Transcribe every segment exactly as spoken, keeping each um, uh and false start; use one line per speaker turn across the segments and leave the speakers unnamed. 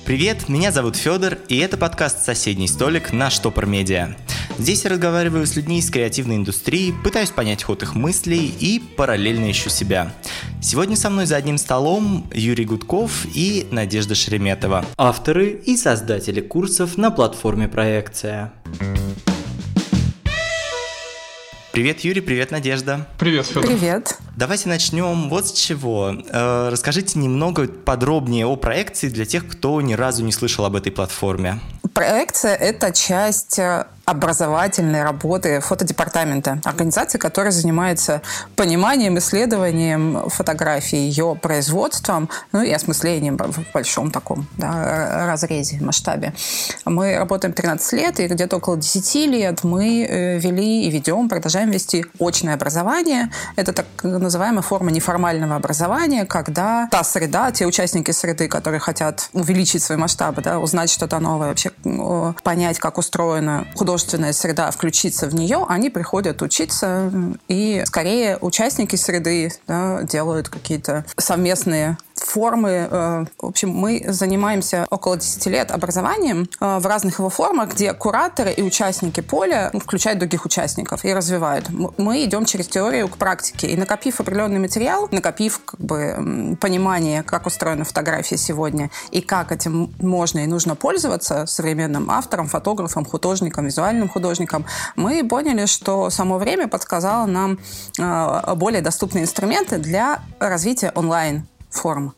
Привет, меня зовут Федор, и это подкаст «Соседний столик» на Штопор Медиа. Здесь я разговариваю с людьми из креативной индустрии, пытаюсь понять ход их мыслей и параллельно ищу себя. Сегодня со мной за одним столом Юрий Гудков и Надежда Шереметова, авторы и создатели курсов на платформе «Проекция». Привет, Юрий, привет, Надежда.
Привет, Федор.
Привет.
Давайте начнем вот с чего. Э, расскажите немного подробнее о проекции для тех, кто ни разу не слышал об этой платформе.
Проекция – это часть образовательной работы фотодепартамента, организации, которая занимается пониманием, исследованием фотографии, ее производством, ну и осмыслением в большом таком да, разрезе, масштабе. Мы работаем тринадцать лет, и где-то около десять лет мы вели и ведем, продолжаем вести очное образование. Это так называемая форма неформального образования, когда та среда, те участники среды, которые хотят увеличить свои масштабы, да, узнать что-то новое, вообще понять, как устроена художественная среда, включиться в нее, они приходят учиться, и скорее участники среды да, делают какие-то совместные формы. В общем, мы занимаемся около десять лет образованием в разных его формах, где кураторы и участники поля включают других участников и развивают. Мы идем через теорию к практике. И накопив определенный материал, накопив как бы, понимание, как устроена фотография сегодня и как этим можно и нужно пользоваться современным авторам, фотографам, художникам, визуальным художникам, мы поняли, что само время подсказало нам более доступные инструменты для развития онлайн форм.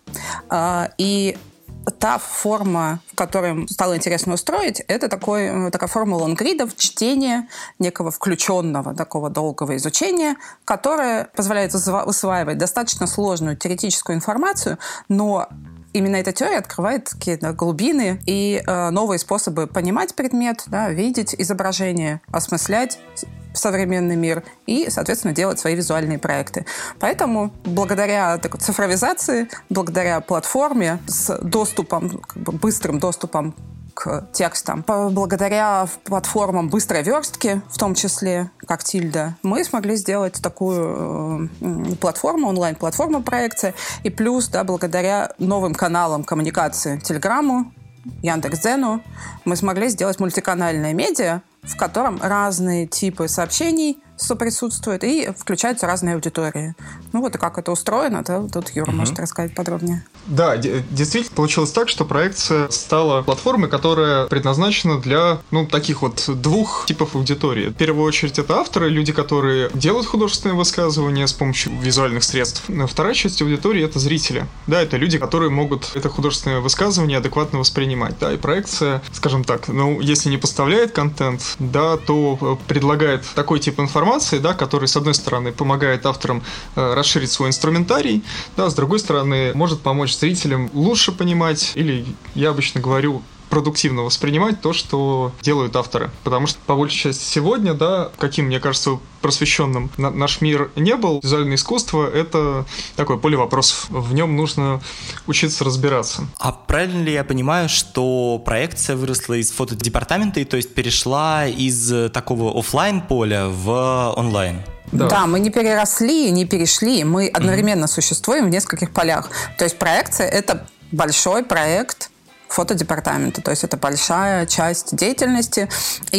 И та форма, в которой стало интересно устроить, это такой, такая форма лонгридов, чтения, некого включенного, такого долгого изучения, которое позволяет усваивать достаточно сложную теоретическую информацию, но именно эта теория открывает такие да, глубины и э, новые способы понимать предмет, да, видеть изображение, осмыслять современный мир и, соответственно, делать свои визуальные проекты. Поэтому благодаря такой цифровизации, благодаря платформе с доступом, как бы быстрым доступом к текстам, благодаря платформам быстрой верстки, в том числе, как Тильда, мы смогли сделать такую э, платформу, онлайн-платформу проекции, и плюс, да, благодаря новым каналам коммуникации Телеграму, Яндекс.Дзену, мы смогли сделать мультиканальное медиа, в котором разные типы сообщений соприсутствуют и включаются разные аудитории. Ну вот и как это устроено, да, тут Юра угу. может рассказать подробнее.
Да, д- действительно получилось так, что проекция стала платформой, которая предназначена для, ну, таких вот двух типов аудитории. В первую очередь это авторы, люди, которые делают художественные высказывания с помощью визуальных средств. Вторая часть аудитории — это зрители. Да, это люди, которые могут это художественное высказывание адекватно воспринимать. Да, и проекция, скажем так, ну, если не поставляет контент, да, то предлагает такой тип информации, да, который, с одной стороны, помогает авторам э, расширить свой инструментарий, да, с другой стороны, может помочь зрителям лучше понимать, или, я обычно говорю, продуктивно воспринимать то, что делают авторы. Потому что, по большей части, сегодня, да, каким, мне кажется, просвещенным на- наш мир не был, визуальное искусство — это такое поле вопросов. В нем нужно учиться разбираться.
А правильно ли я понимаю, что проекция выросла из фотодепартамента и, то есть, перешла из такого офлайн поля в онлайн?
Да. да, мы не переросли, не перешли, мы одновременно mm-hmm. существуем в нескольких полях. То есть проекция — это большой проект фотодепартамента, то есть это большая часть деятельности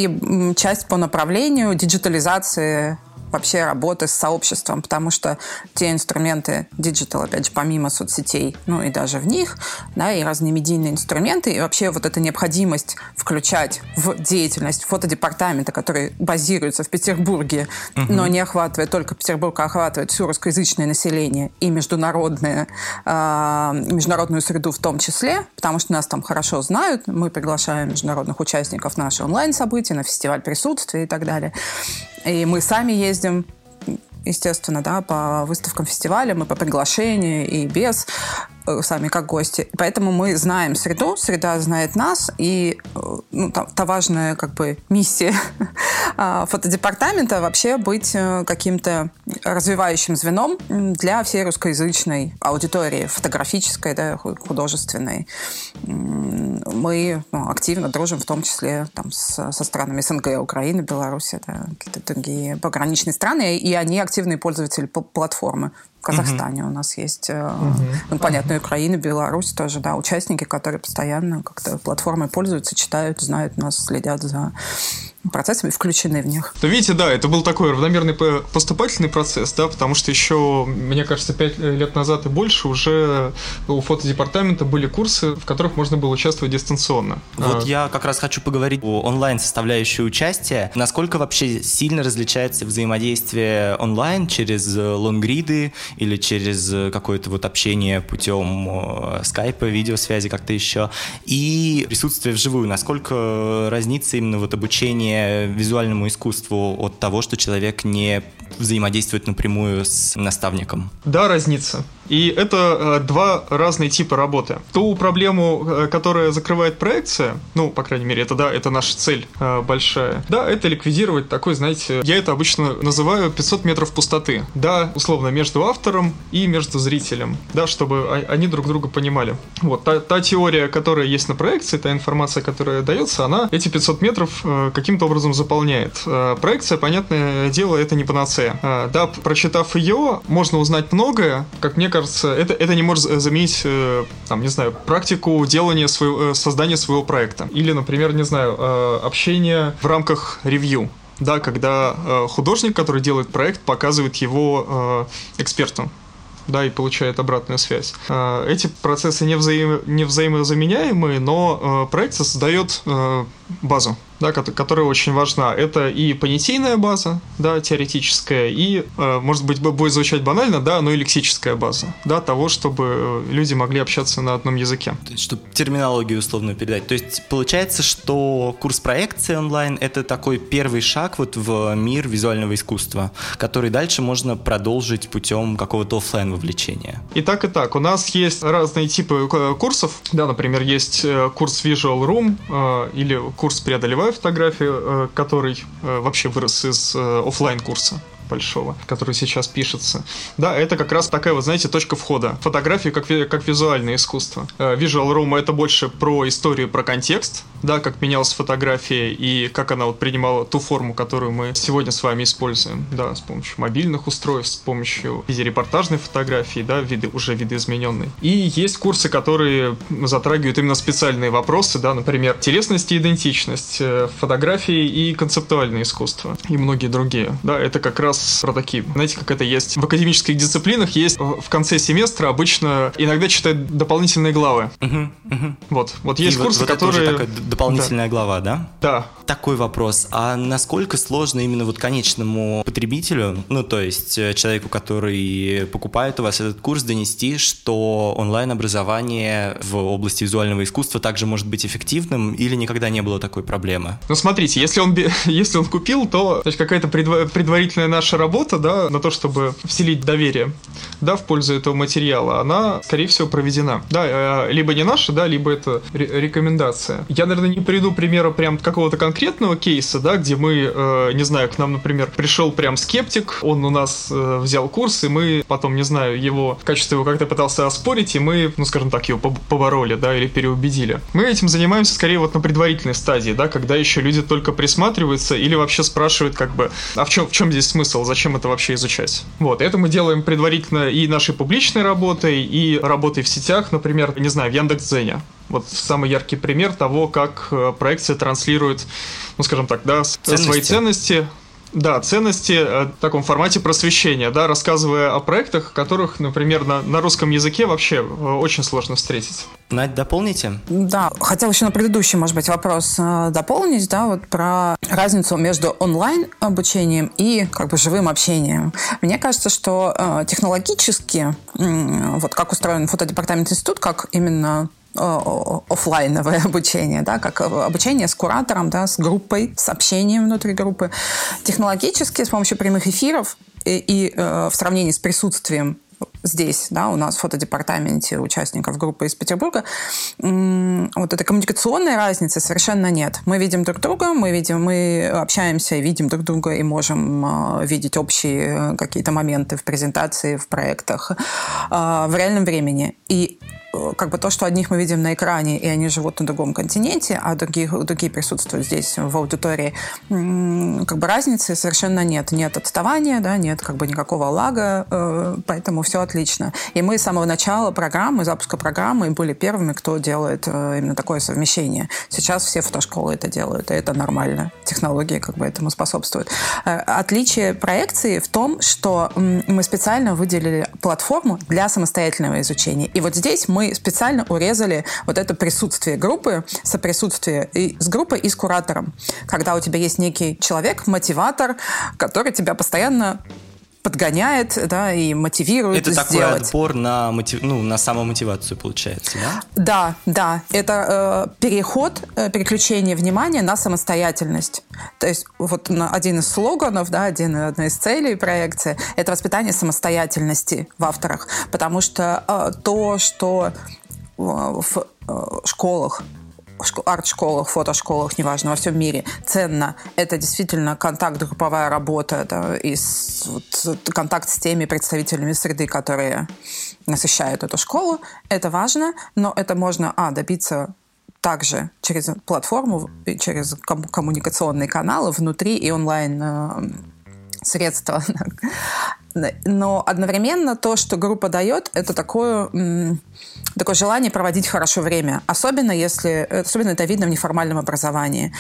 и часть по направлению диджитализации вообще работы с сообществом, потому что те инструменты диджитал, опять же, помимо соцсетей, ну и даже в них, да, и разные медийные инструменты, и вообще вот эта необходимость включать в деятельность фотодепартамента, который базируется в Петербурге, uh-huh. но не охватывает только Петербург, а охватывает все русскоязычное население и международное, э, международную среду в том числе, потому что нас там хорошо знают, мы приглашаем международных участников на наши онлайн-события, на фестиваль присутствия и так далее. И мы сами ездим, естественно, да, по выставкам, фестивалям, и по приглашению, и без, сами как гости. Поэтому мы знаем среду, среда знает нас, и ну, та, та важная как бы миссия фотодепартамента вообще быть каким-то развивающим звеном для всей русскоязычной аудитории, фотографической, да, художественной. Мы ну, активно дружим в том числе там, с, со странами СНГ, Украины, Беларусь, да, какие-то другие пограничные страны, и они активные пользователи платформы. В Казахстане uh-huh. у нас есть, uh-huh. ну, понятно, Украина, Беларусь тоже, да, участники, которые постоянно как-то платформой пользуются, читают, знают нас, следят за процессами, включены в них.
То видите, да, это был такой равномерный поступательный процесс, да, потому что еще, мне кажется, пять лет назад и больше уже у фотодепартамента были курсы, в которых можно было участвовать дистанционно.
Вот
а...
я как раз хочу поговорить о онлайн-составляющей участия. Насколько вообще сильно различается взаимодействие онлайн через лонгриды или через какое-то вот общение путем скайпа, видеосвязи, как-то еще, и присутствие вживую? Насколько разнится именно вот обучение визуальному искусству от того, что человек не взаимодействует напрямую с наставником?
Да, разница. И это э, два разные типа работы. Ту проблему, э, которая закрывает проекция, ну, по крайней мере, это, да, это наша цель э, большая, да, это ликвидировать такой, знаете, я это обычно называю пятьсот метров пустоты, да, условно, между автором и между зрителем, да, чтобы они друг друга понимали. Вот, та, та теория, которая есть на проекции, та информация, которая дается, она эти пятьсот метров э, каким-то образом заполняет. Э, проекция, понятное дело, это не панацея. Э, да, прочитав ее, можно узнать многое, как мне кажется, Это, это не может заменить, э, там, не знаю, практику делания своего, э, создания своего проекта. Или, например, не знаю, э, общение в рамках ревью. Да, когда э, художник, который делает проект, показывает его э, эксперту. Да, и получает обратную связь. Э, эти процессы не, взаим, не взаимозаменяемые, но э, проект создает э, базу, да, которая очень важна. Это и понятийная база, да, теоретическая, и, э, может быть, будет звучать банально, да, но и лексическая база, да, того, чтобы люди могли общаться на одном языке.
То есть, чтобы терминологию условно передать. То есть, получается, что курс проекции онлайн — это такой первый шаг вот в мир визуального искусства, который дальше можно продолжить путем какого-то офлайн вовлечения.
И так, и так. У нас есть разные типы курсов. Да, например, есть курс Visual Room э, или курс «Преодолевая фотографию», который вообще вырос из офлайн-курса большого, который сейчас пишется. Да, это как раз такая, вот знаете, точка входа. Фотографии как, как визуальное искусство. Visual Room — это больше про историю, про контекст, да, как менялась фотография и как она вот принимала ту форму, которую мы сегодня с вами используем, да, с помощью мобильных устройств, с помощью видеорепортажной фотографии, да, виды, уже видоизмененной. И есть курсы, которые затрагивают именно специальные вопросы, да, например, телесность и идентичность, фотографии и концептуальное искусство, и многие другие. Да, это как раз про такие, знаете, как это есть в академических дисциплинах, есть в конце семестра обычно иногда читают дополнительные главы. Uh-huh, uh-huh. Вот, вот есть и курсы,
вот, вот
которые...
Это уже такая дополнительная да. глава, да?
Да.
Такой вопрос, а насколько сложно именно вот конечному потребителю, ну то есть человеку, который покупает у вас этот курс, донести, что онлайн-образование в области визуального искусства также может быть эффективным, или никогда не было такой проблемы?
Ну смотрите, если он, если он купил, то значит, какая-то предварительная наша работа, да, на то, чтобы вселить доверие, да, в пользу этого материала, она, скорее всего, проведена. Да, либо не наша, да, либо это рекомендация. Я, наверное, не приведу примера прям какого-то конкретного кейса, да, где мы, э, не знаю, к нам, например, пришел прям скептик, он у нас э, взял курс, и мы потом, не знаю, его качество его как-то пытался оспорить, и мы, ну, скажем так, его побороли, да, или переубедили. Мы этим занимаемся скорее вот на предварительной стадии, да, когда еще люди только присматриваются или вообще спрашивают, как бы, а в чем, в чем здесь смысл, зачем это вообще изучать? Вот, это мы делаем предварительно и нашей публичной работой, и работой в сетях, например, не знаю, в Яндекс.Дзене. Вот самый яркий пример того, как проекция транслирует, ну, скажем так, да, ценности. свои ценности. Да, ценности в таком формате просвещения, да, рассказывая о проектах, которых, например, на, на русском языке вообще очень сложно встретить.
Надь, дополните?
Да, хотел еще на предыдущий, может быть, вопрос дополнить, да, вот про разницу между онлайн-обучением и как бы живым общением. Мне кажется, что э, технологически, э, вот как устроен фотодепартамент институт, как именно офлайновое обучение, да, как обучение с куратором, да, с группой, с общением внутри группы. Технологически, с помощью прямых эфиров и, и э, в сравнении с присутствием здесь, да, у нас в фотодепартаменте участников группы из Петербурга, м- вот этой коммуникационной разницы совершенно нет. Мы видим друг друга, мы видим, мы общаемся и видим друг друга и можем э, видеть общие какие-то моменты в презентации, в проектах э, в реальном времени. И как бы то, что одних мы видим на экране, и они живут на другом континенте, а других, другие присутствуют здесь в аудитории, как бы разницы совершенно нет. Нет отставания, да, нет как бы никакого лага, поэтому все отлично. И мы с самого начала программы, запуска программы были первыми, кто делает именно такое совмещение. Сейчас все фотошколы это делают, и это нормально. Технологии как бы этому способствуют. Отличие проекции в том, что мы специально выделили платформу для самостоятельного изучения. И вот здесь мы специально урезали вот это присутствие группы, соприсутствие и с группой и с куратором. Когда у тебя есть некий человек, мотиватор, который тебя постоянно подгоняет, да, и мотивирует
это
сделать.
Это такой отбор на, мотив... ну, на самомотивацию, получается, да?
Да, да. Это э, переход, э, переключение внимания на самостоятельность. То есть вот на, один из слоганов, да, один, одна из целей проекции – это воспитание самостоятельности в авторах. Потому что э, то, что в э, школах, арт-школах, фотошколах, неважно, во всем мире ценно. Это действительно контакт, групповая работа, да, и с, вот, контакт с теми представителями среды, которые насыщают эту школу. Это важно, но это можно, а, добиться также через платформу, через ком- коммуникационные каналы внутри и онлайн э, средства. Но одновременно то, что группа дает, это такое, такое желание проводить хорошо время. Особенно, если, особенно это видно в неформальном образовании.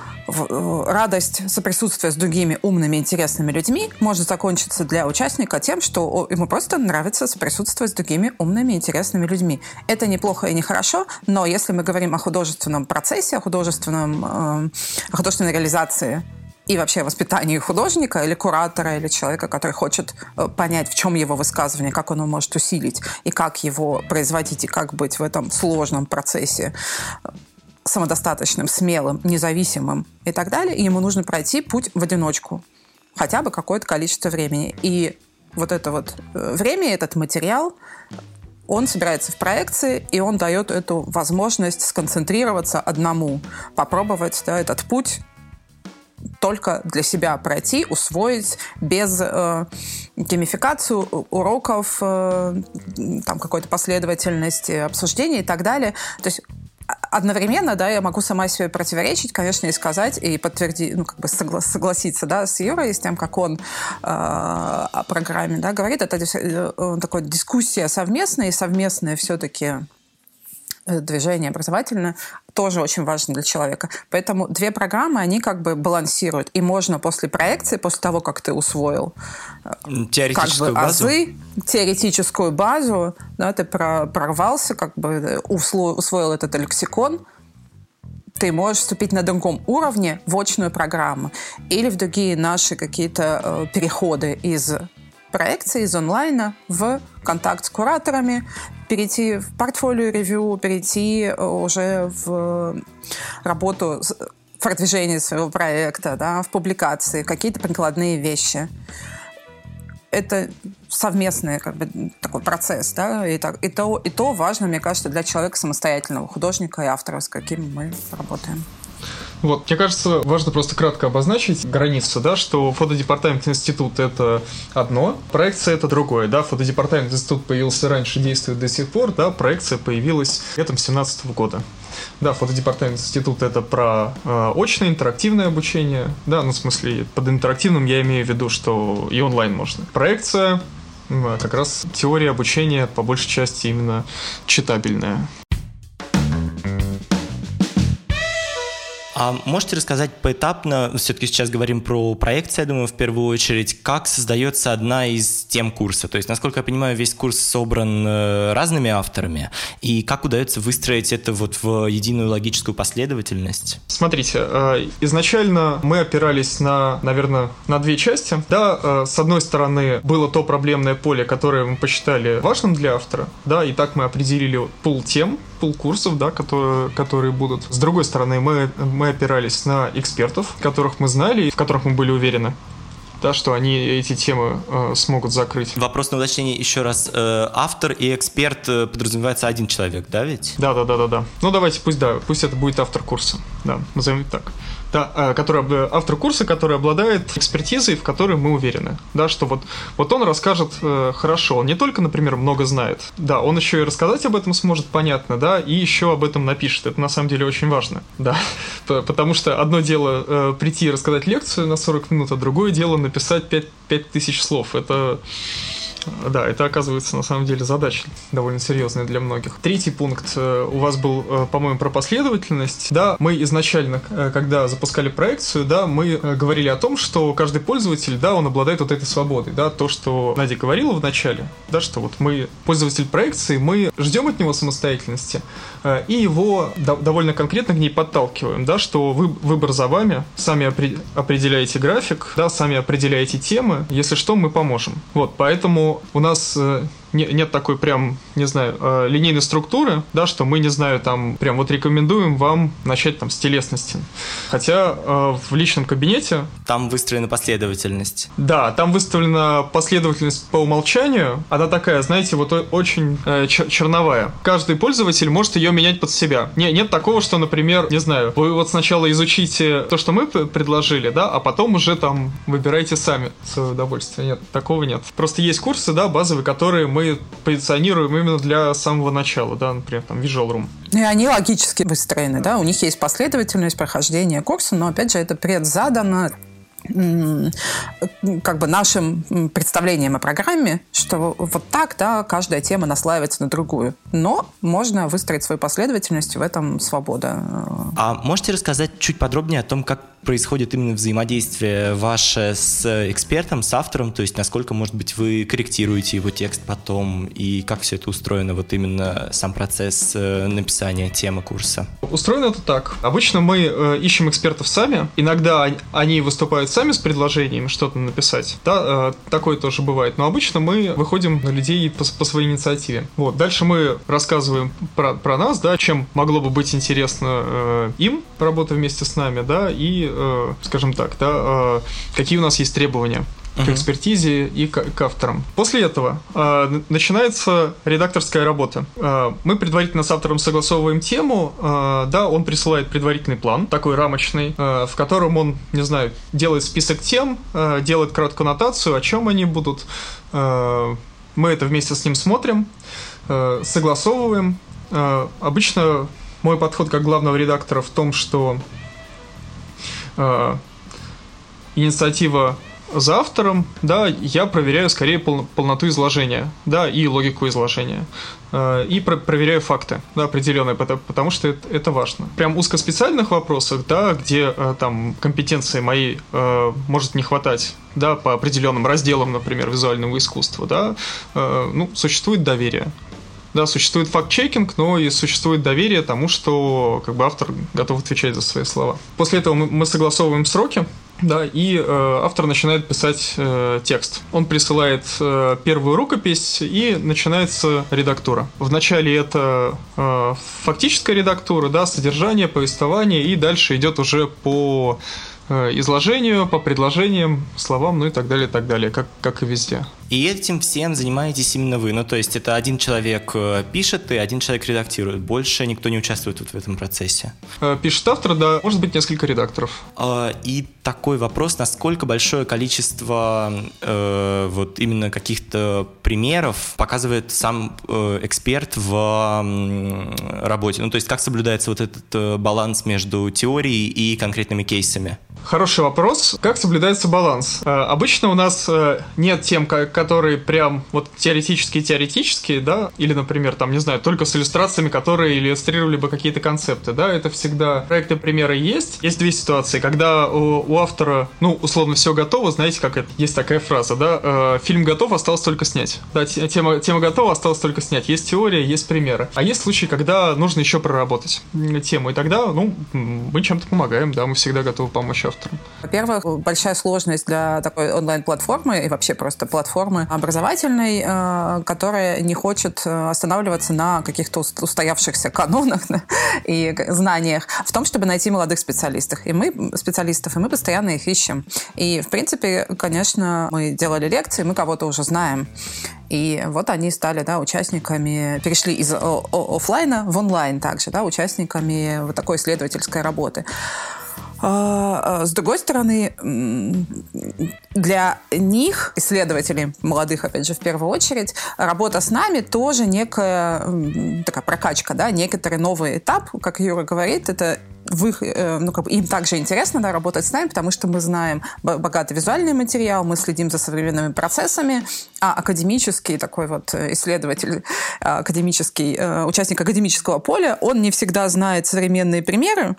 Радость соприсутствия с другими умными, интересными людьми может закончиться для участника тем, что ему просто нравится соприсутствовать с другими умными, интересными людьми. Это неплохо и нехорошо, но если мы говорим о художественном процессе, о, художественном, о художественной реализации и вообще воспитании художника или куратора, или человека, который хочет понять, в чем его высказывание, как он его может усилить, и как его производить, и как быть в этом сложном процессе самодостаточным, смелым, независимым и так далее, ему нужно пройти путь в одиночку. Хотя бы какое-то количество времени. И вот это вот время, этот материал, он собирается в проекции, и он дает эту возможность сконцентрироваться одному, попробовать, да, этот путь только для себя пройти, усвоить без э, геймификацию уроков, э, там какой-то последовательности обсуждений и так далее. То есть одновременно, да, я могу сама себе противоречить, конечно, и сказать, и подтвердить, ну, как бы согла- согласиться, да, с Юрой, с тем, как он э, о программе, да, говорит. Это э, такая дискуссия совместная, и совместная все-таки движение образовательное тоже очень важно для человека. Поэтому две программы, они как бы балансируют. И можно после проекции, после того, как ты усвоил
теоретическую
как бы,
базу,
азы, теоретическую базу, да, ты прорвался, как бы усвоил этот лексикон, ты можешь вступить на другом уровне в очную программу или в другие наши какие-то э, переходы из проекции, из онлайна в контакт с кураторами, перейти в портфолио-ревью, перейти уже в работу, в продвижение своего проекта, да, в публикации, какие-то прикладные вещи. Это совместный как бы, такой процесс, да, и, так, и, то, и то важно, мне кажется, для человека самостоятельного, художника и автора, с каким мы работаем.
Вот, мне кажется, важно просто кратко обозначить границу, да, что фотодепартамент институт — это одно, проекция — это другое, да, фотодепартамент институт появился раньше, действует до сих пор, да, проекция появилась летом две тысячи семнадцатого года. Да, фотодепартамент институт — это про э, очное интерактивное обучение, да, ну, в смысле, под интерактивным я имею в виду, что и онлайн можно. Проекция э, как раз теория обучения, по большей части, именно читабельная.
А можете рассказать поэтапно, все-таки сейчас говорим про проекции, я думаю, в первую очередь, как создается одна из тем курса? То есть, насколько я понимаю, весь курс собран разными авторами, и как удается выстроить это вот в единую логическую последовательность?
Смотрите, изначально мы опирались на, наверное, на две части. Да, с одной стороны, было то проблемное поле, которое мы посчитали важным для автора, да, и так мы определили пул тем, пул курсов, да, которые, которые будут. С другой стороны, мы, мы опирались на экспертов, которых мы знали, в которых мы были уверены, да, что они эти темы э, смогут закрыть.
Вопрос на уточнение еще раз. Э, автор и эксперт э, подразумевается один человек, да ведь?
Да, да, да, да, да. Ну давайте, пусть да, пусть это будет автор курса. Да, назовем так. да, который, автор курса, который обладает экспертизой, в которой мы уверены, да, что вот, вот он расскажет э, хорошо, он не только, например, много знает, да, он еще и рассказать об этом сможет, понятно, да, и еще об этом напишет, это на самом деле очень важно, да, потому что одно дело э, прийти и рассказать лекцию на сорок минут, а другое дело написать пять тысяч слов, это... Да, это оказывается на самом деле задача довольно серьезная для многих. Третий пункт у вас был, по-моему, про последовательность. Да, мы изначально, когда запускали проекцию, да, мы говорили о том, что каждый пользователь, да, он обладает вот этой свободой, да, то, что Надя говорила в начале, да, что вот мы, пользователь проекции, мы ждем от него самостоятельности и его довольно конкретно к ней подталкиваем, да, что вы, выбор за вами, сами опри- определяете график, да, сами определяете темы, если что, мы поможем. Вот, поэтому у нас э, не, нет такой прям, не знаю, э, линейной структуры, да, что мы, не знаю, там, прям вот рекомендуем вам начать там с телесности. Хотя э, в личном кабинете...
Там выстроена последовательность.
Да, там выставлена последовательность по умолчанию. Она такая, знаете, вот очень э, чер- черновая. Каждый пользователь может ее менять под себя. Не, нет такого, что, например, не знаю, вы вот сначала изучите то, что мы предложили, да, а потом уже там выбирайте сами свое удовольствие. Нет, такого нет. Просто есть курсы, да, базовые, которые мы позиционируем именно для самого начала, да, например, там, Visual Room.
И они логически выстроены, да, у них есть последовательность прохождения курса, но, опять же, это предзадано как бы нашим представлением о программе, что вот так, да, каждая тема наслаивается на другую. Но можно выстроить свою последовательность, в этом свобода.
А можете рассказать чуть подробнее о том, как происходит именно взаимодействие ваше с экспертом, с автором, то есть насколько, может быть, вы корректируете его текст потом, и как все это устроено, вот именно сам процесс написания темы курса?
Устроено это так. Обычно мы э, ищем экспертов сами, иногда они выступают сами с предложениями что-то написать, да, э, такое тоже бывает, но обычно мы выходим на людей по, по своей инициативе. Вот. Дальше мы рассказываем про, про нас, да, чем могло бы быть интересно э, им, работа вместе с нами, да, и э, скажем так, да, э, какие у нас есть требования к экспертизе и к, к авторам. После этого э, начинается редакторская работа. Э, мы предварительно с автором согласовываем тему, э, да, он присылает предварительный план, такой рамочный, э, в котором он, не знаю, делает список тем, э, делает краткую аннотацию, о чем они будут. Э, мы это вместе с ним смотрим, э, согласовываем. Э, обычно мой подход как главного редактора в том, что э, инициатива за автором, да, я проверяю скорее пол, полноту изложения, да, и логику изложения, э, и про, проверяю факты, да, определенные, потому, потому что это, это важно. Прям узкоспециальных вопросах, да, где э, там компетенции моей э, может не хватать, да, по определенным разделам, например, визуального искусства, да, э, ну, существует доверие. Да, существует факт-чекинг, но и существует доверие тому, что как бы автор готов отвечать за свои слова. После этого мы, мы согласовываем сроки, да, и э, автор начинает писать э, текст. Он присылает э, первую рукопись, и начинается редактура. Вначале это э, фактическая редактура, да, содержание, повествование, и дальше идет уже по э, изложению, по предложениям, словам, ну и так далее, и так далее, как, как и везде.
И этим всем занимаетесь именно вы. Ну, то есть это один человек пишет и один человек редактирует. Больше никто не участвует вот в этом процессе.
Пишет автор, да. Может быть, несколько редакторов.
И такой вопрос, насколько большое количество э, вот именно каких-то примеров показывает сам э, эксперт в э, работе? Ну, то есть как соблюдается вот этот э, баланс между теорией и конкретными кейсами?
Хороший вопрос. Как соблюдается баланс? Э, обычно у нас э, нет тем, как которые прям вот теоретические-теоретические, да, или, например, там, не знаю, только с иллюстрациями, которые иллюстрировали бы какие-то концепты, да, это всегда проекты, примеры есть. Есть две ситуации, когда у, у автора, ну, условно, все готово, знаете, как это, есть такая фраза, да, э, фильм готов, осталось только снять. Да, тема, тема готова, осталось только снять. Есть теория, есть примеры. А есть случаи, когда нужно еще проработать тему, и тогда, ну, мы чем-то помогаем, да, мы всегда готовы помочь авторам.
Во-первых, большая сложность для такой онлайн-платформы и вообще просто платформы образовательной, которая не хочет останавливаться на каких-то устоявшихся канонах и знаниях, в том, чтобы найти молодых специалистов. И мы, специалистов, и мы постоянно их ищем. И, в принципе, конечно, мы делали лекции, мы кого-то уже знаем. И вот они стали, да, участниками, перешли из офлайна в онлайн также, да, участниками вот такой исследовательской работы. С другой стороны, для них, исследователей, молодых, опять же, в первую очередь, работа с нами тоже некая такая прокачка, да, некоторый новый этап, как Юра говорит, это в их, ну, как бы им также интересно, да, работать с нами, потому что мы знаем богатый визуальный материал, мы следим за современными процессами, а академический такой вот исследователь, академический, участник академического поля, он не всегда знает современные примеры,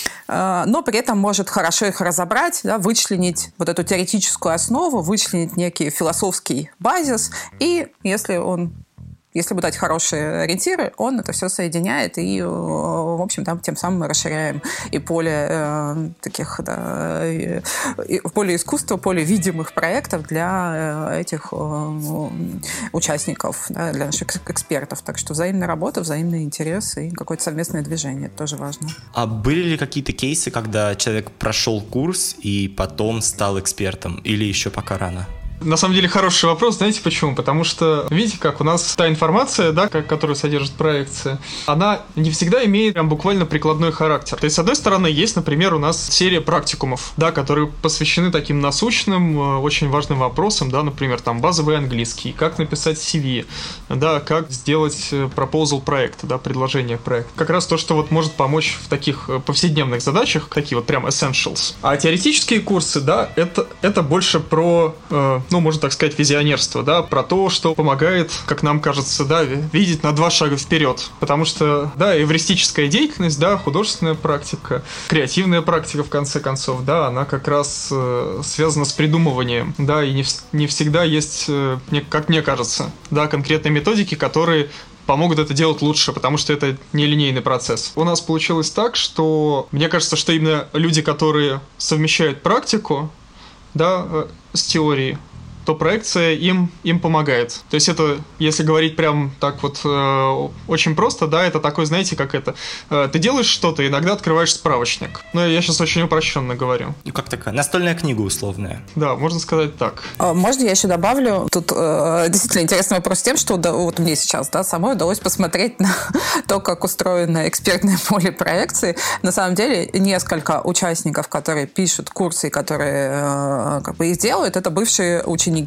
но при этом может хорошо их разобрать, да, вычленить вот эту теоретическую основу, вычленить некий философский базис, и если он Если ему дать хорошие ориентиры, он это все соединяет, и, в общем, там тем самым мы расширяем и поле э, таких, да, и, и поле искусства, поле видимых проектов для этих э, участников, да, для наших экспертов. Так что взаимная работа, взаимный интерес и какое-то совместное движение. Это тоже важно.
А были ли какие-то кейсы, когда человек прошел курс и потом стал экспертом? Или еще пока рано?
На самом деле хороший вопрос, знаете почему? Потому что, видите, как у нас та информация, да, которую содержит проекция, она не всегда имеет прям буквально прикладной характер. То есть, с одной стороны, есть, например, у нас серия практикумов, да, которые посвящены таким насущным, очень важным вопросам, да, например, там, базовый английский, как написать си ви, да, как сделать proposal проекта, да, предложение проекта. Как раз то, что вот может помочь в таких повседневных задачах, такие вот прям essentials. А теоретические курсы, да, это, это больше про... Э, ну, можно так сказать, визионерство, да, про то, что помогает, как нам кажется, да, видеть на два шага вперед. Потому что, да, эвристическая деятельность, да, художественная практика, креативная практика, в конце концов, да, она как раз э, связана с придумыванием, да, и не, в, не всегда есть, э, мне, как мне кажется, да, конкретные методики, которые помогут это делать лучше, потому что это нелинейный процесс. У нас получилось так, что мне кажется, что именно люди, которые совмещают практику, да, с теорией, то проекция им, им помогает. То есть это, если говорить прям так вот э, очень просто, да, это такой, знаете, как это, э, ты делаешь что-то, иногда открываешь справочник. Ну, я сейчас очень упрощенно говорю.
Ну, как такая настольная книга условная.
Да, можно сказать так.
Можно я еще добавлю? Тут э, действительно интересный вопрос тем, что да, вот мне сейчас, да, самой удалось посмотреть на то, как устроено экспертное поле проекции. На самом деле, несколько участников, которые пишут курсы, которые э, как бы их делают, это бывшие ученики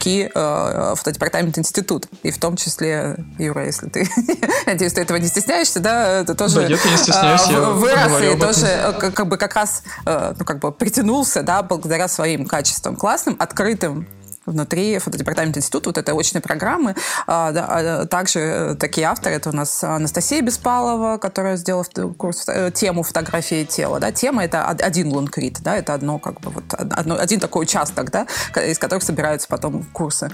э, фотодепартамента института. И в том числе, Юра, если ты, надеюсь, ты этого не стесняешься, да, ты тоже
да, нет, я не стесняюсь,
э,
я
вырос и тоже
этом.
как бы как раз э, ну, как бы притянулся, да, благодаря своим качествам классным, открытым внутри фотодепартамента института, вот этой очной программы. А, да, также такие авторы, это у нас Анастасия Беспалова, которая сделала курс, тему фотографии тела. Да. Тема — это один лонгрид, да, это одно, как бы, вот, одно, один такой участок, да, из которых собираются потом курсы.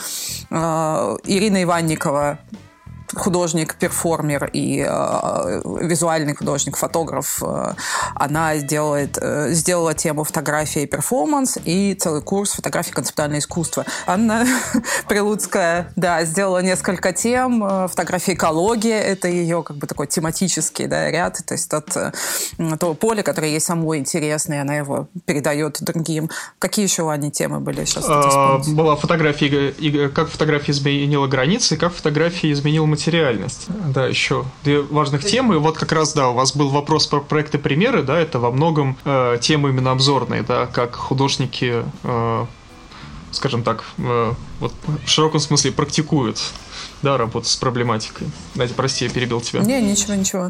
А, Ирина Иванникова, художник, перформер и э, визуальный художник, фотограф. Э, она делает, э, сделала тему фотография и перформанс и целый курс фотографии и концептуальное искусство. Анна Прилуцкая, да, сделала несколько тем. Э, фотография экология — это ее как бы такой тематический, да, ряд, то есть тот, э, то поле, которое ей самой интересно, и она его передает другим. Какие еще у Ани темы были сейчас?
А, была фотография, как фотография изменила границы, и как фотография изменила материальность. Да, еще две важных темы. Вот как раз, да, у вас был вопрос про проекты примеры, да, это во многом э, темы именно обзорные, да, как художники, э, скажем так, э, вот в широком смысле практикуют, да, работу с проблематикой. Надя, прости, я перебил тебя.
Не, ничего, ничего.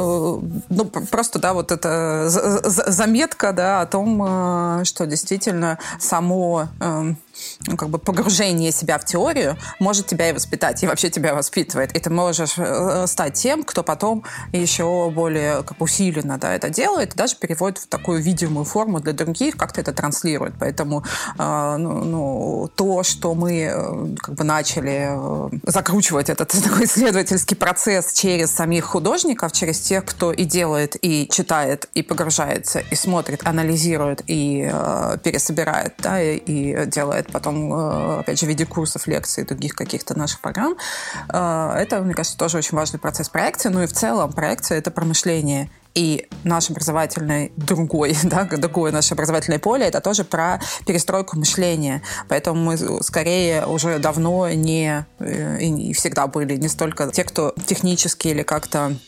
Ну, просто, да, вот эта заметка, да, о том, что действительно само ну, как бы погружение себя в теорию может тебя и воспитать, и вообще тебя воспитывает. И ты можешь стать тем, кто потом еще более как бы усиленно, да, это делает, и даже переводит в такую видимую форму для других, как-то это транслирует. Поэтому ну, ну, то, что мы как бы начали закручивать этот такой исследовательский процесс через самих художников, через тех, кто и делает, и читает, и погружается, и смотрит, анализирует, и э, пересобирает, да, и, и делает потом, э, опять же, в виде курсов, лекций и других каких-то наших программ. Э, это, мне кажется, тоже очень важный процесс проекции. Ну и в целом проекция — это промышление. И наш образовательный другой, да, другое наше образовательное поле — это тоже про перестройку мышления. Поэтому мы скорее уже давно не и всегда были не столько те, кто технически или как-то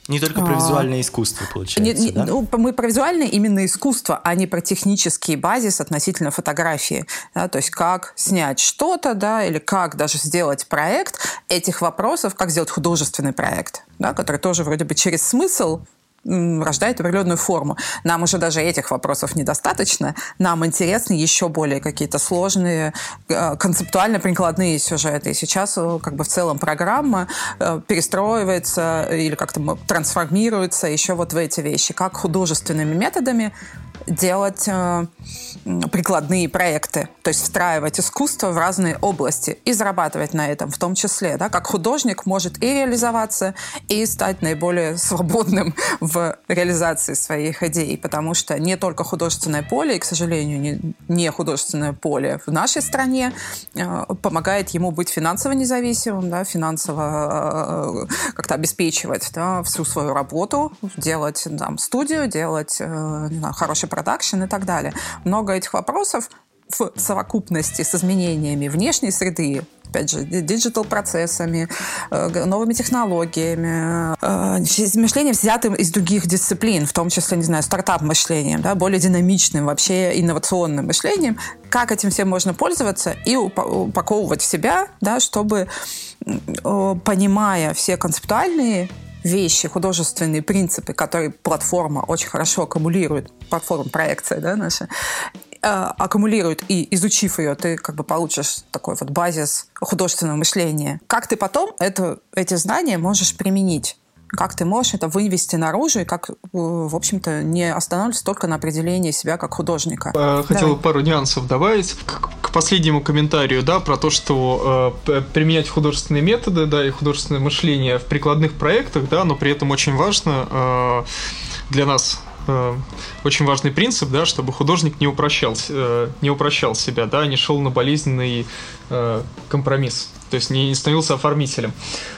Не только про визуальное искусство, получается, не, не, да?
Ну, мы про визуальное именно искусство, а не про технический базис относительно фотографии. Да, то есть как снять что-то, да, или как даже сделать проект. Этих вопросов, как сделать художественный проект, да, который тоже вроде бы через смысл рождает определенную форму. Нам уже даже этих вопросов недостаточно. Нам интересны еще более какие-то сложные, концептуально-прикладные сюжеты. И сейчас как бы в целом программа перестроивается или как-то трансформируется еще вот в эти вещи. Как художественными методами делать э, прикладные проекты, то есть встраивать искусство в разные области и зарабатывать на этом в том числе. Да, как художник может и реализоваться, и стать наиболее свободным в реализации своих идей, потому что не только художественное поле, и, к сожалению, не, не художественное поле в нашей стране э, помогает ему быть финансово независимым, да, финансово э, как-то обеспечивать, да, всю свою работу, делать там, студию, делать э, не знаю, хороший продакшн и так далее. Много этих вопросов в совокупности с изменениями внешней среды, опять же, диджитал-процессами, новыми технологиями, мышлением, взятым из других дисциплин, в том числе, не знаю, стартап-мышлением, да, более динамичным, вообще инновационным мышлением, как этим всем можно пользоваться и упаковывать в себя, да, чтобы, понимая все концептуальные вещи, художественные принципы, которые платформа очень хорошо аккумулирует, платформа проекция, да, наша, э, аккумулирует, и изучив ее, ты как бы получишь такой вот базис художественного мышления. Как ты потом это, эти знания можешь применить? Как ты можешь это вывести наружу и как, в общем-то, не останавливаться только на определении себя как художника.
Хотел
Давай.
пару нюансов добавить к, к последнему комментарию, да, про то, что э, применять художественные методы, да, и художественное мышление в прикладных проектах, да, но при этом очень важно э, для нас э, очень важный принцип, да, чтобы художник не упрощал, э, не упрощал себя, да, не шел на болезненный э, компромисс. То есть не становился оформителем.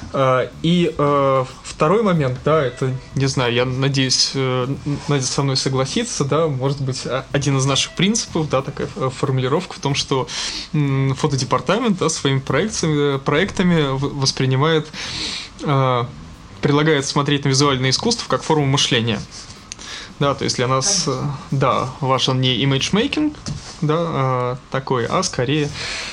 И второй момент, да, это, не знаю, я надеюсь, Надя со мной согласится, да, может быть, один из наших принципов, да, такая формулировка в том, что фотодепартамент, да, своими проектами, проектами воспринимает, предлагает смотреть на визуальное искусство как форму мышления. Да, то есть для нас, да, важен не имиджмейкинг, да, такой, а скорее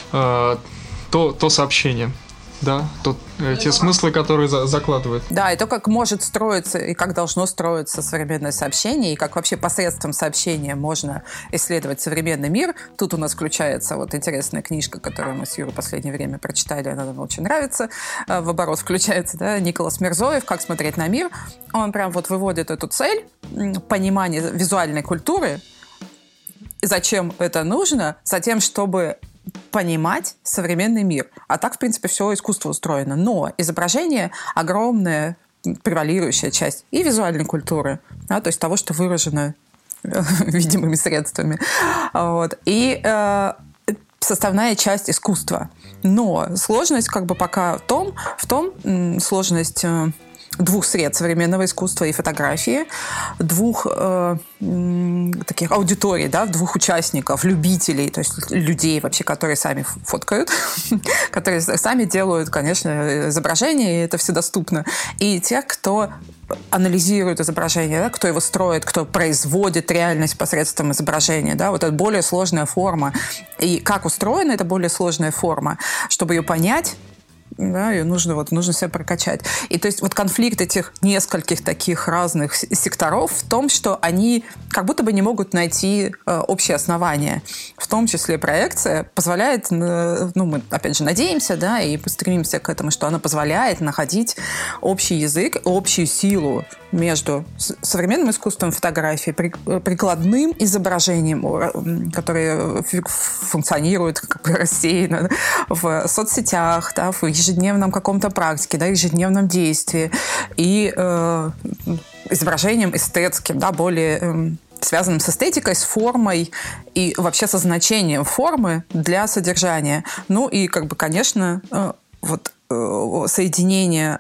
То, то сообщение, да, то, э, те смыслы, которые за, закладывают.
Да, и то, как может строиться и как должно строиться современное сообщение, и как вообще посредством сообщения можно исследовать современный мир. Тут у нас включается вот интересная книжка, которую мы с Юрой в последнее время прочитали, она нам очень нравится, в оборот включается, да, Николас Мирзоев «Как смотреть на мир». Он прям вот выводит эту цель, понимание визуальной культуры, зачем это нужно, затем, чтобы понимать современный мир. А так, в принципе, все искусство устроено. Но изображение — огромная превалирующая часть и визуальной культуры, да, то есть того, что выражено видимыми средствами. Вот. И э, составная часть искусства. Но сложность как бы пока в том, в том сложность э, двух сред современного искусства и фотографии, двух э, таких аудиторий, да, двух участников, любителей, то есть людей вообще, которые сами фоткают, которые сами делают, конечно, изображения, и это вседоступно, и тех, кто анализирует изображение, да, кто его строит, кто производит реальность посредством изображения. Да, вот это более сложная форма. И как устроена эта более сложная форма, чтобы ее понять, да, ее нужно, вот, нужно себя прокачать. И то есть вот конфликт этих нескольких таких разных секторов в том, что они как будто бы не могут найти э, общее основание. В том числе проекция позволяет, э, ну, мы опять же надеемся, да, и стремимся к этому, что она позволяет находить общий язык, общую силу между современным искусством фотографии, прикладным изображением, которое функционирует как бы рассеяно в соцсетях, да, в ежедневном каком-то практике, да, ежедневном действии, и э, изображением эстетским, да, более э, связанным с эстетикой, с формой и вообще со значением формы для содержания. Ну и, как бы, конечно, э, вот соединение,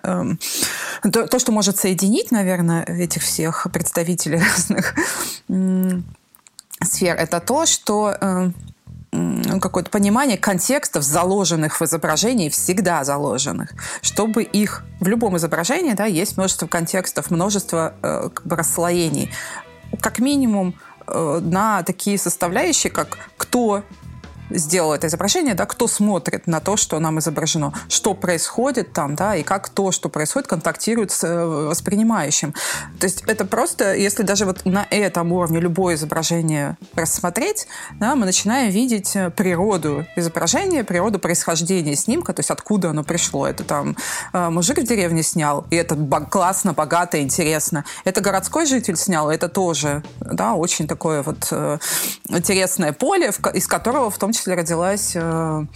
то, то, что может соединить, наверное, этих всех представителей разных сфер, это то, что какое-то понимание контекстов, заложенных в изображении, всегда заложенных, чтобы их в любом изображении, да, есть множество контекстов, множество э, как бы расслоений. Как минимум э, на такие составляющие, как кто сделал это изображение, да, кто смотрит на то, что нам изображено, что происходит там, да, и как то, что происходит, контактирует с воспринимающим. То есть это просто, если даже вот на этом уровне любое изображение рассмотреть, да, мы начинаем видеть природу изображения, природу происхождения снимка, то есть откуда оно пришло. Это там э, мужик в деревне снял, и это классно, богато, интересно. Это городской житель снял, это тоже, да, очень такое вот э, интересное поле, в, из которого в том числе родилась э,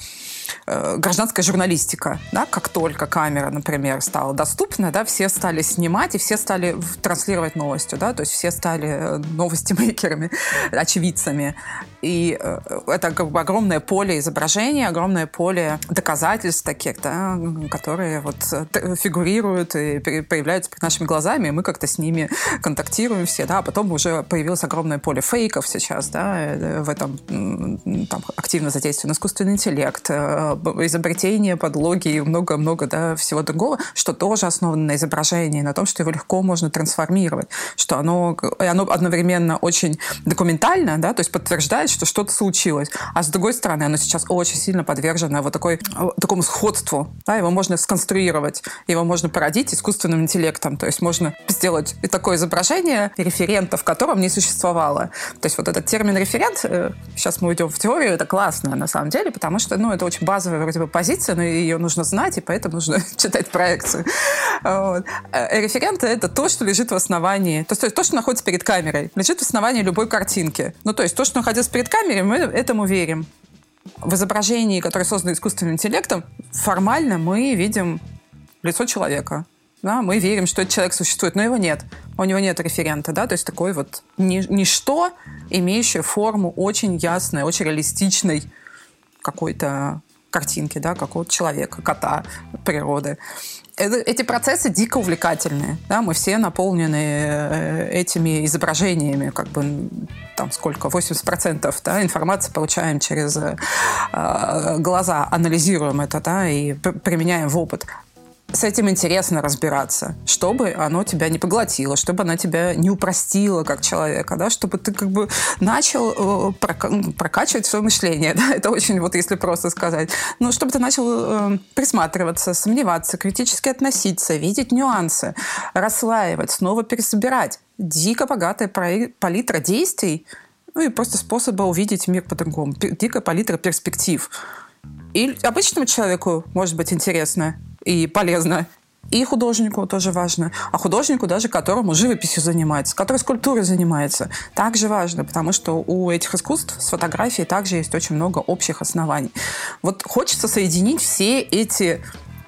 э, гражданская журналистика. Да? Как только камера, например, стала доступна, да, все стали снимать, и все стали транслировать новостью. Да? То есть все стали новостимейкерами, очевидцами. И э, это как бы огромное поле изображений, огромное поле доказательств таких, да, которые вот фигурируют и появляются перед нашими глазами, и мы как-то с ними контактируем все. Да? А потом уже появилось огромное поле фейков сейчас, да, в этом там, активно задействован искусственный интеллект, изобретение, подлоги и много-много, да, всего другого, что тоже основано на изображении, на том, что его легко можно трансформировать, что оно, оно одновременно очень документально, да, то есть подтверждает, что что-то случилось, а с другой стороны оно сейчас очень сильно подвержено вот такой, такому сходству, да, его можно сконструировать, его можно породить искусственным интеллектом, то есть можно сделать и такое изображение, референта в котором не существовало. То есть вот этот термин референт, сейчас мы уйдем в теорию, это классно на самом деле, потому что, ну, это очень базовая вроде бы позиция, но ее нужно знать, и поэтому нужно читать проекцию. Вот. Референт — это то, что лежит в основании, то есть то, что находится перед камерой, лежит в основании любой картинки. Ну, то есть то, что находилось перед камерой, мы этому верим. В изображении, которое создано искусственным интеллектом, формально мы видим лицо человека. Да, мы верим, что этот человек существует, но его нет. У него нет референта, да, то есть такой вот ничто, имеющее форму очень ясной, очень реалистичной какой-то картинки, да, какого-то человека, кота, природы. Это, эти процессы дико увлекательные, да, мы все наполнены этими изображениями, как бы там сколько, восемьдесят процентов, да, информации получаем через э, глаза, анализируем это, да, и применяем в опыт. С этим интересно разбираться, чтобы оно тебя не поглотило, чтобы оно тебя не упростило как человека, да, чтобы ты как бы начал э, прока- прокачивать свое мышление, да, это очень, вот если просто сказать, ну, чтобы ты начал э, присматриваться, сомневаться, критически относиться, видеть нюансы, расслаивать, снова пересобирать. Дико богатая палитра действий, ну и просто способа увидеть мир по-другому, дикая палитра перспектив. И обычному человеку может быть интересно и полезно, и художнику тоже важно. А художнику даже, которому живописью занимается, который скульптурой занимается, также важно, потому что у этих искусств с фотографией также есть очень много общих оснований. Вот хочется соединить все эти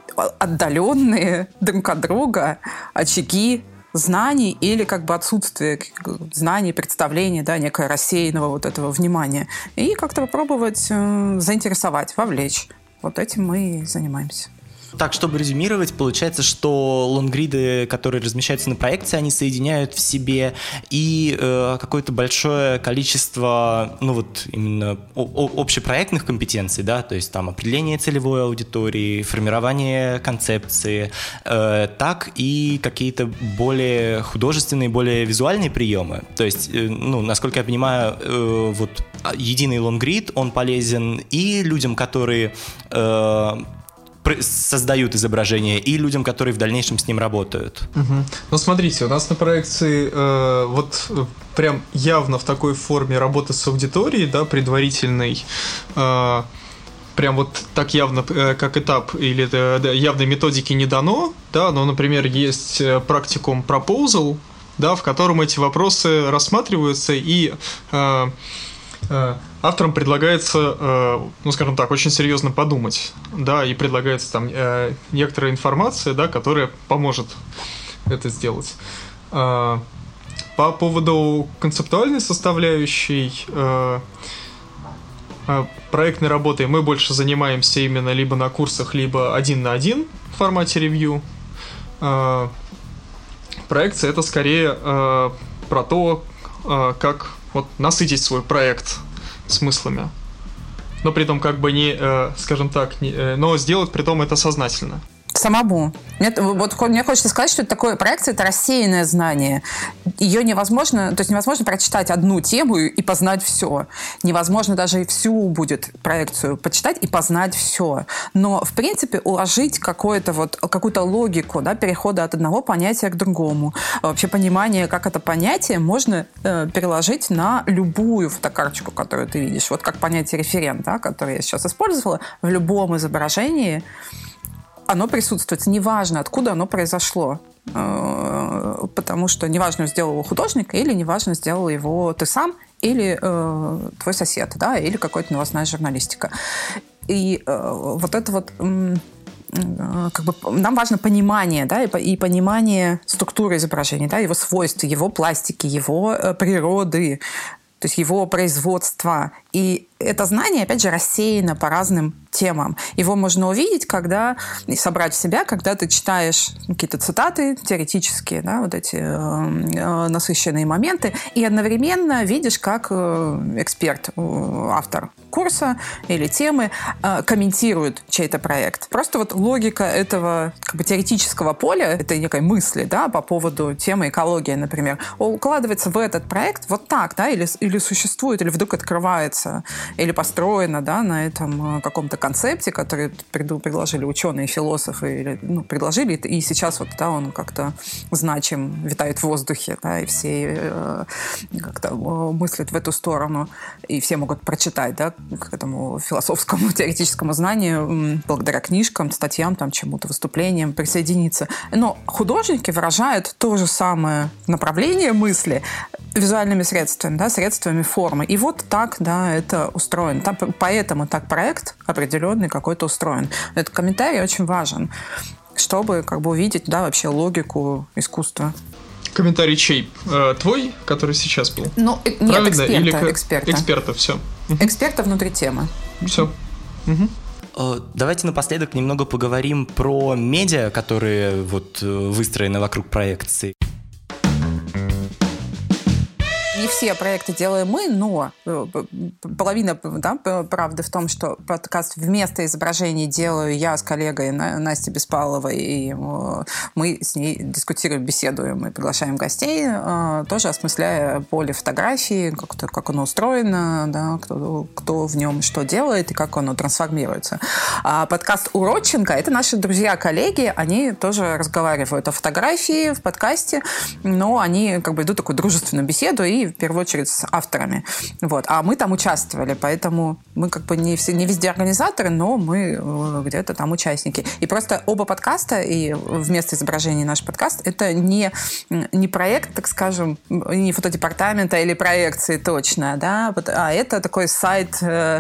отдаленные друг от друга очаги знаний или как бы отсутствие знаний, представлений, да, некое рассеянного вот этого внимания. И как-то попробовать э, заинтересовать, вовлечь. Вот этим мы и занимаемся.
Так, чтобы резюмировать, получается, что лонгриды, которые размещаются на проекции, они соединяют в себе и э, какое-то большое количество, ну вот именно о- общепроектных компетенций, да, то есть там определение целевой аудитории, формирование концепции, э, так и какие-то более художественные, более визуальные приемы. То есть, э, ну, насколько я понимаю, э, вот единый лонгрид, он полезен и людям, которые э, создают изображение, и людям, которые в дальнейшем с ним работают.
Угу. Ну, смотрите, у нас на проекции э, вот э, прям явно в такой форме работы с аудиторией, да, предварительной, э, прям вот так явно, э, как этап, или э, да, явной методики не дано, да, но, например, есть практикум proposal, да, в котором эти вопросы рассматриваются, и э, э, авторам предлагается, э, ну, скажем так, очень серьезно подумать, да, и предлагается там э, некоторая информация, да, которая поможет это сделать. Э, по поводу концептуальной составляющей э, э, проектной работы мы больше занимаемся именно либо на курсах, либо один на один в формате ревью. Э, проекция — это скорее э, про то, э, как вот насытить свой проект смыслами. но при этом как бы не, э, скажем так, не, э, но сделать при этом это сознательно.
Самому. Мне, вот, мне хочется сказать, что это такое, проекция — это рассеянное знание. Ее невозможно, то есть невозможно прочитать одну тему и познать все. Невозможно даже и всю будет проекцию почитать и познать все. Но, в принципе, уложить какое-то вот, какую-то логику, да, перехода от одного понятия к другому. Вообще понимание, как это понятие можно э, переложить на любую фотокарточку, которую ты видишь. Вот как понятие референт, да, которое я сейчас использовала, в любом изображении оно присутствует. Неважно, откуда оно произошло. Потому что неважно, сделал его художник, или неважно, сделал его ты сам, или э, твой сосед, да, или какая-то новостная журналистика. И э, вот это вот... Э, как бы, нам важно понимание, да, и, и понимание структуры изображения, да, его свойств, его пластики, его э, природы, то есть его производства. И это знание, опять же, рассеяно по разным темам. Его можно увидеть, когда, и собрать в себя, когда ты читаешь какие-то цитаты теоретические, да, вот эти э, насыщенные моменты, и одновременно видишь, как э, эксперт, э, автор курса или темы э, комментирует чей-то проект. Просто вот логика этого как бы теоретического поля, этой некой мысли, да, по поводу темы экологии, например, укладывается в этот проект вот так, да, или, или существует, или вдруг открывается, или построено, да, на этом каком-то концепте, который предложили ученые, философы, или, ну, предложили, и сейчас вот, да, он как-то значим, витает в воздухе, да, и все э, как-то мыслят в эту сторону, и все могут прочитать, да, к этому философскому, теоретическому знанию, благодаря книжкам, статьям, там, чему-то, выступлениям присоединиться. Но художники выражают то же самое направление мысли визуальными средствами, да, средствами формы. И вот так, да, это устроено. Там, поэтому так проект определенный какой-то устроен. Этот комментарий очень важен, чтобы как бы увидеть, да, вообще логику искусства.
Комментарий чей? Э, твой, который сейчас был?
Ну, э, нет,
правильно?
эксперта.
Или
эксперта.
Эксперта, все.
Эксперта внутри темы.
Все. Угу.
Давайте напоследок немного поговорим про медиа, которые вот выстроены вокруг проекции.
Не все проекты делаем мы, но половина, да, правды в том, что подкаст вместо изображений делаю я с коллегой Настей Беспаловой, и мы с ней дискутируем, беседуем и приглашаем гостей, тоже осмысляя поле фотографии, как, как оно устроено, да, кто, кто в нем что делает и как оно трансформируется. А подкаст Уродченко — это наши друзья-коллеги, они тоже разговаривают о фотографии в подкасте, но они как бы идут такую дружественную беседу и в первую очередь с авторами. Вот. А мы там участвовали, поэтому мы как бы не, все, не везде организаторы, но мы где-то там участники. И просто оба подкаста, и вместо изображений наш подкаст, это не, не проект, так скажем, не фотодепартамента или проекции точно, да, а это такой сайт...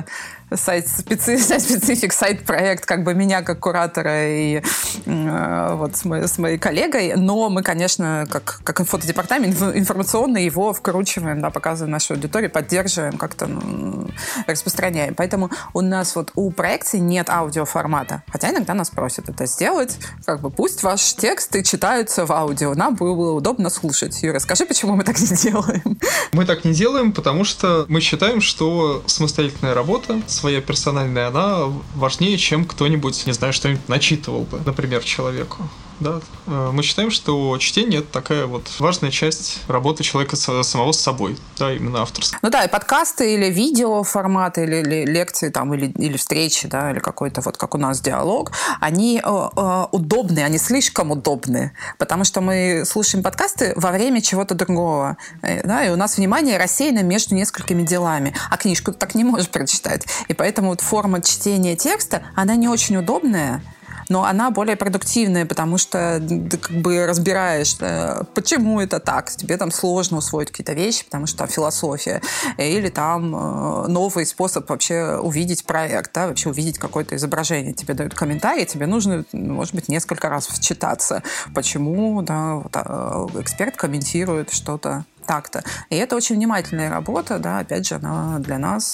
сайт-специфик, сайт-проект как бы меня как куратора и э, вот с, мо- с моей коллегой, но мы, конечно, как, как фотодепартамент информационно его вкручиваем, да, показываем нашей аудитории, поддерживаем, как-то ну, распространяем. Поэтому у нас вот у проекции нет аудиоформата, хотя иногда нас просят это сделать, как бы пусть ваши тексты читаются в аудио, нам было удобно слушать. Юра, скажи, почему мы так не делаем?
Мы так не делаем, потому что мы считаем, что самостоятельная работа, своя персональная, она важнее, чем кто-нибудь, не знаю, что-нибудь начитывал бы, например, человеку. Да? Мы считаем, что чтение — это такая вот важная часть работы человека самого с собой, да, именно авторская.
Ну да, и подкасты или видео форматы, или, или лекции, там, или, или встречи, да, или какой-то вот, как у нас, диалог, они э, э, удобны, они слишком удобны, потому что мы слушаем подкасты во время чего-то другого, э, да, и у нас внимание рассеяно между несколькими делами, а книжку ты так не можешь прочитать. И поэтому вот форма чтения текста, она не очень удобная, но она более продуктивная, потому что ты как бы разбираешь, почему это так. Тебе там сложно усвоить какие-то вещи, потому что там философия. Или там новый способ вообще увидеть проект, да, вообще увидеть какое-то изображение. Тебе дают комментарий, тебе нужно, может быть, несколько раз вчитаться. Почему, да, вот, эксперт комментирует что-то контакта. И это очень внимательная работа, да, опять же, она для нас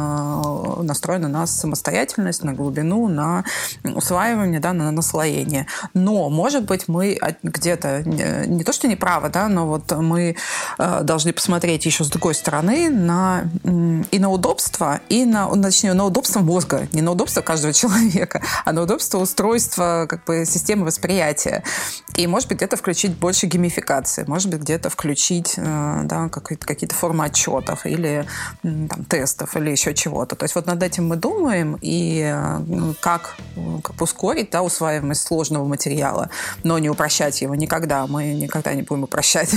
э, настроена на самостоятельность, на глубину, на усваивание, да, на наслоение. Но, может быть, мы где-то, не, не то что не правы, да, но вот мы э, должны посмотреть еще с другой стороны на, и на удобство, и на, точнее, на удобство мозга, не на удобство каждого человека, а на удобство устройства как бы, системы восприятия. И, может быть, где-то включить больше геймификации, может быть, где-то включить э, да, какие-то формы отчетов или там, тестов или еще чего-то. То есть вот над этим мы думаем, и э, как, как ускорить да, усваиваемость сложного материала, но не упрощать его никогда. Мы никогда не будем упрощать.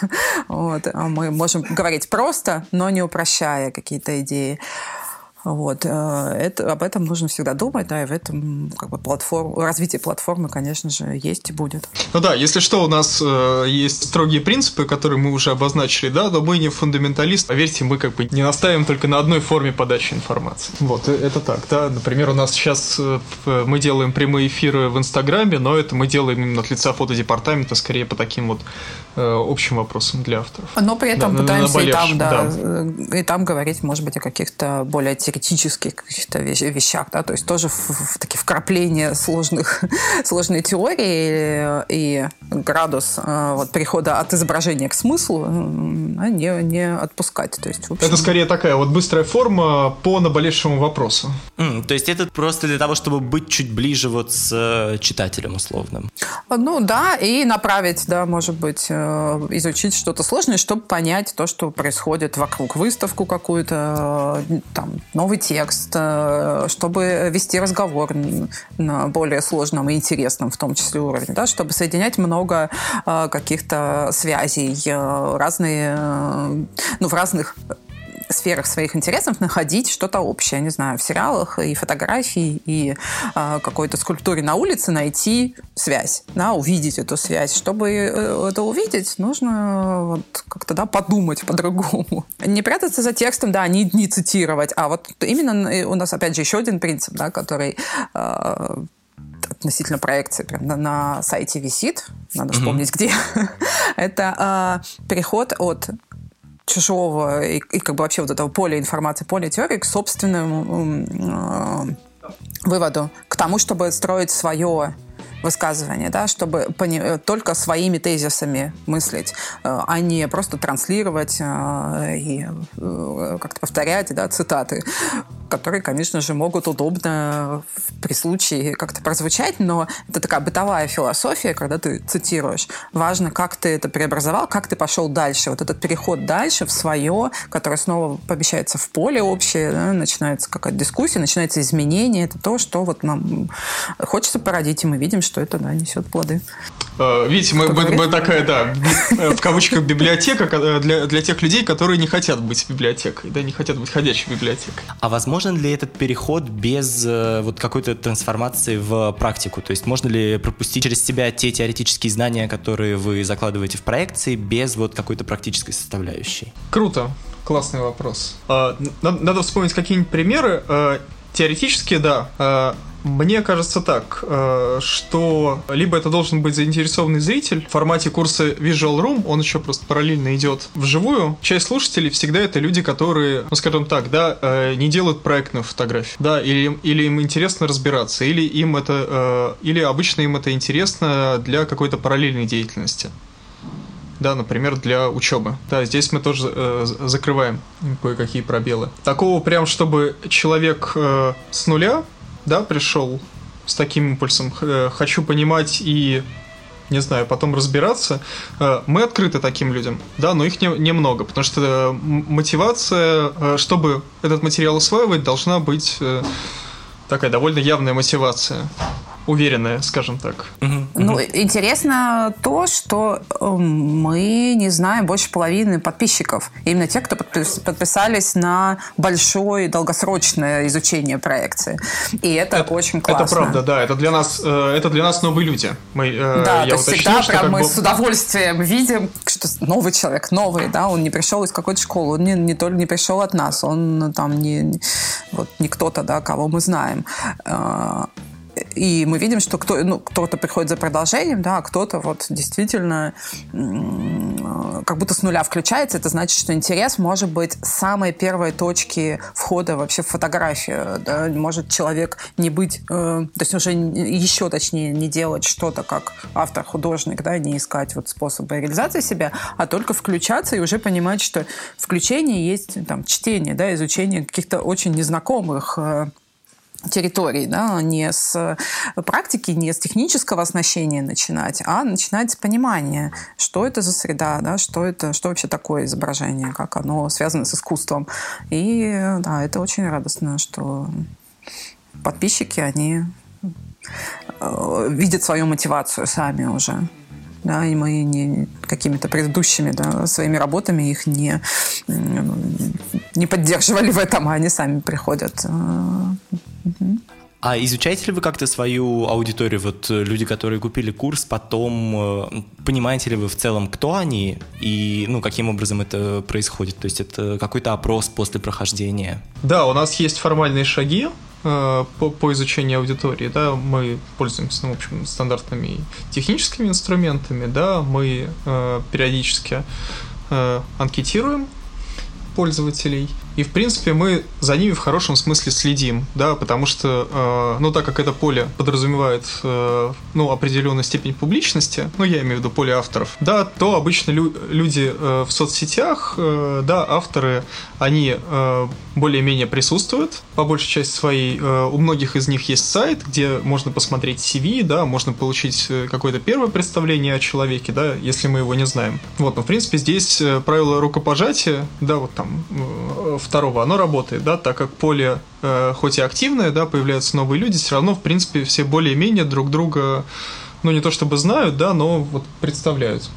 Вот. Мы можем говорить просто, но не упрощая какие-то идеи. Вот. Это, об этом нужно всегда думать, да, и в этом как бы, платформ, развитие платформы, конечно же, есть и будет.
Ну да, если что, у нас э, есть строгие принципы, которые мы уже обозначили, да, но мы не фундаменталисты. Поверьте, мы как бы не настаиваем только на одной форме подачи информации. Вот, это так, да. Например, у нас сейчас э, мы делаем прямые эфиры в Инстаграме, но это мы делаем именно от лица фотодепартамента, скорее по таким вот э, общим вопросам для авторов.
Но при этом да, пытаемся и там, да,
да.
и там говорить, может быть, о каких-то более теоретических каких-то вещах, да, то есть тоже в, в такие вкрапления сложных, сложной теории и градус вот, перехода от изображения к смыслу не, не отпускать. То есть, в общем...
Это скорее такая вот быстрая форма по наболевшему вопросу.
Mm, то есть это просто для того, чтобы быть чуть ближе вот с читателем условным?
Ну да, и направить, да, может быть, изучить что-то сложное, чтобы понять то, что происходит вокруг, выставку какую-то, там, новый текст, чтобы вести разговор на более сложном и интересном, в том числе, уровне, да, чтобы соединять много каких-то связей, разные, ну, в разных сферах своих интересов находить что-то общее. Не знаю, в сериалах и фотографии, и э, какой-то скульптуре на улице найти связь, да, увидеть эту связь. Чтобы это увидеть, нужно вот как-то да, подумать по-другому. Не прятаться за текстом, да, не, не цитировать, а вот именно у нас, опять же, еще один принцип, да, который... Э, относительно проекции прям на, на сайте висит, надо вспомнить, mm-hmm. где. Это э, переход от чужого и, и как бы вообще вот этого поля информации, поля теории к собственному э, выводу, к тому, чтобы строить свое высказывание, да, чтобы пони- только своими тезисами мыслить, э, а не просто транслировать э, и э, как-то повторять да, цитаты, которые, конечно же, могут удобно при случае как-то прозвучать, но это такая бытовая философия, когда ты цитируешь. Важно, как ты это преобразовал, как ты пошел дальше. Вот этот переход дальше в свое, которое снова помещается в поле общее, да, начинается какая-то дискуссия, начинается изменение. Это то, что вот нам хочется породить, и мы видим, что это да, несет плоды.
Видите, мы, мы, мы такая, да, в кавычках библиотека для, для тех людей, которые не хотят быть библиотекой, да, не хотят быть ходячей библиотекой.
А возможен ли этот переход без вот какой-то трансформации в практику? То есть можно ли пропустить через себя те теоретические знания, которые вы закладываете в проекции, без вот какой-то практической составляющей?
Круто, классный вопрос. Надо, надо вспомнить какие-нибудь примеры. Теоретически, да. Мне кажется так, что либо это должен быть заинтересованный зритель в формате курса Visual Room, он еще просто параллельно идет вживую. Часть слушателей всегда это люди, которые, ну скажем так, да, не делают проектную фотографию, да, или, или им интересно разбираться, или им это, или обычно им это интересно для какой-то параллельной деятельности. Да, например, для учебы. Да, здесь мы тоже э, закрываем кое-какие пробелы. Такого прям, чтобы человек э, с нуля, да, пришел с таким импульсом, э, хочу понимать и, не знаю, потом разбираться, э, мы открыты таким людям, да, но их не, немного, потому что мотивация, э, чтобы этот материал усваивать, должна быть э, такая довольно явная мотивация. Уверенная, скажем так. Uh-huh.
Ну, интересно то, что мы не знаем больше половины подписчиков. Именно те, кто подпис- подписались на большое долгосрочное изучение проекции. И это, это очень классно.
Это правда, да. Это для нас, это для нас новые люди. Мы,
да,
я
то есть
уточню,
всегда прям мы
бы...
с удовольствием видим, что новый человек, новый, да, он не пришел из какой-то школы, он не, не, только не пришел от нас, он там не, вот, не кто-то, да, кого мы знаем. И мы видим, что кто, ну, кто-то приходит за продолжением, да, а кто-то вот действительно как будто с нуля включается. Это значит, что интерес может быть с самой первой точки входа вообще в фотографию. Да? Может человек не быть, э, то есть уже еще точнее не делать что-то как автор-художник, да, не искать вот способы реализации себя, а только включаться и уже понимать, что включение есть там, чтение, да, изучение каких-то очень незнакомых э, территорий, да, не с практики, не с технического оснащения начинать, а начинать с понимания, что это за среда, да, что это, что вообще такое изображение, как оно связано с искусством. И да, это очень радостно, что подписчики, они э, видят свою мотивацию сами уже. Да, и мы не какими-то предыдущими, да, своими работами их не, не поддерживали в этом, а они сами приходят.
А изучаете ли вы как-то свою аудиторию? Вот люди, которые купили курс, потом понимаете ли вы в целом, кто они и ну, каким образом это происходит? То есть это какой-то опрос после прохождения?
Да, у нас есть формальные шаги э, по, по изучению аудитории. Да, мы пользуемся, ну, в общем, стандартными техническими инструментами. Да, мы э, периодически э, анкетируем пользователей. И, в принципе, мы за ними в хорошем смысле следим, да, потому что, э, ну, так как это поле подразумевает, э, ну, определенную степень публичности, ну, я имею в виду поле авторов, да, то обычно лю- люди э, в соцсетях, э, да, авторы, они э, более-менее присутствуют, по большей части своей. Э, у многих из них есть сайт, где можно посмотреть си ви, да, можно получить какое-то первое представление о человеке, да, если мы его не знаем. Вот, но, в принципе, здесь правило рукопожатия, да, вот там, э, второго, оно работает, да, так как поле э, хоть и активное, да, появляются новые люди, все равно, в принципе, все более-менее друг друга, ну, не то чтобы знают, да, но вот представляют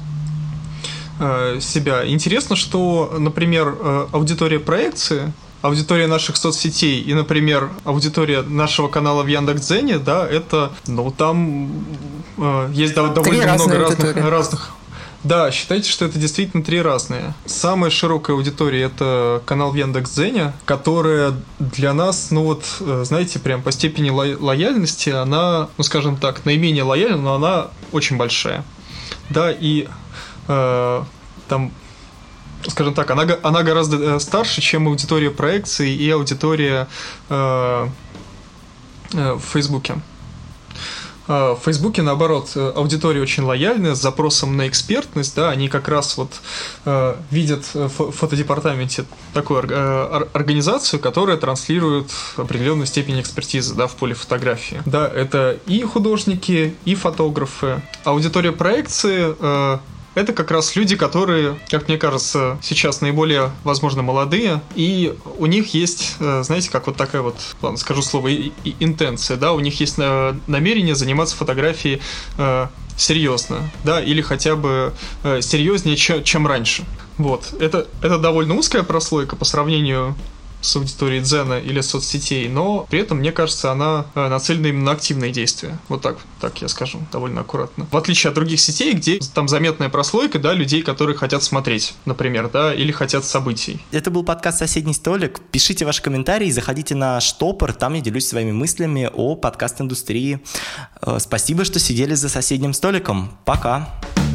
э, себя. Интересно, что, например, э, аудитория проекции, аудитория наших соцсетей и, например, аудитория нашего канала в Яндекс.Дзене, да, это, ну, там э, есть дов- довольно много разных, разных. Да, считайте, что это действительно три разные. Самая широкая аудитория — это канал в Яндекс.Дзене, которая для нас, ну вот, знаете, прям по степени ло- лояльности, она, ну скажем так, наименее лояльна, но она очень большая. Да, и э, там, скажем так, она, она гораздо старше, чем аудитория проекции и аудитория э, э, в Фейсбуке. В Фейсбуке, наоборот, аудитория очень лояльная, с запросом на экспертность, да, они как раз вот э, видят в фотодепартаменте такую э, организацию, которая транслирует определенную степень экспертизы, да, в поле фотографии. Да, это и художники, и фотографы. Аудитория проекции э, это как раз люди, которые, как мне кажется, сейчас наиболее, возможно, молодые, и у них есть, знаете, как вот такая вот, ладно, скажу слово, и, и, интенция, да, у них есть намерение заниматься фотографией э, серьезно, да, или хотя бы э, серьезнее, чем, чем раньше. Вот, это, это довольно узкая прослойка по сравнению с аудиторией Дзена или соцсетей, но при этом, мне кажется, она нацелена именно на активные действия. Вот так, так я скажу, довольно аккуратно. В отличие от других сетей, где там заметная прослойка, да, людей, которые хотят смотреть, например, да, или хотят событий.
Это был подкаст «Соседний столик». Пишите ваши комментарии, заходите на Штопор, там я делюсь своими мыслями о подкаст-индустрии. Спасибо, что сидели за соседним столиком. Пока!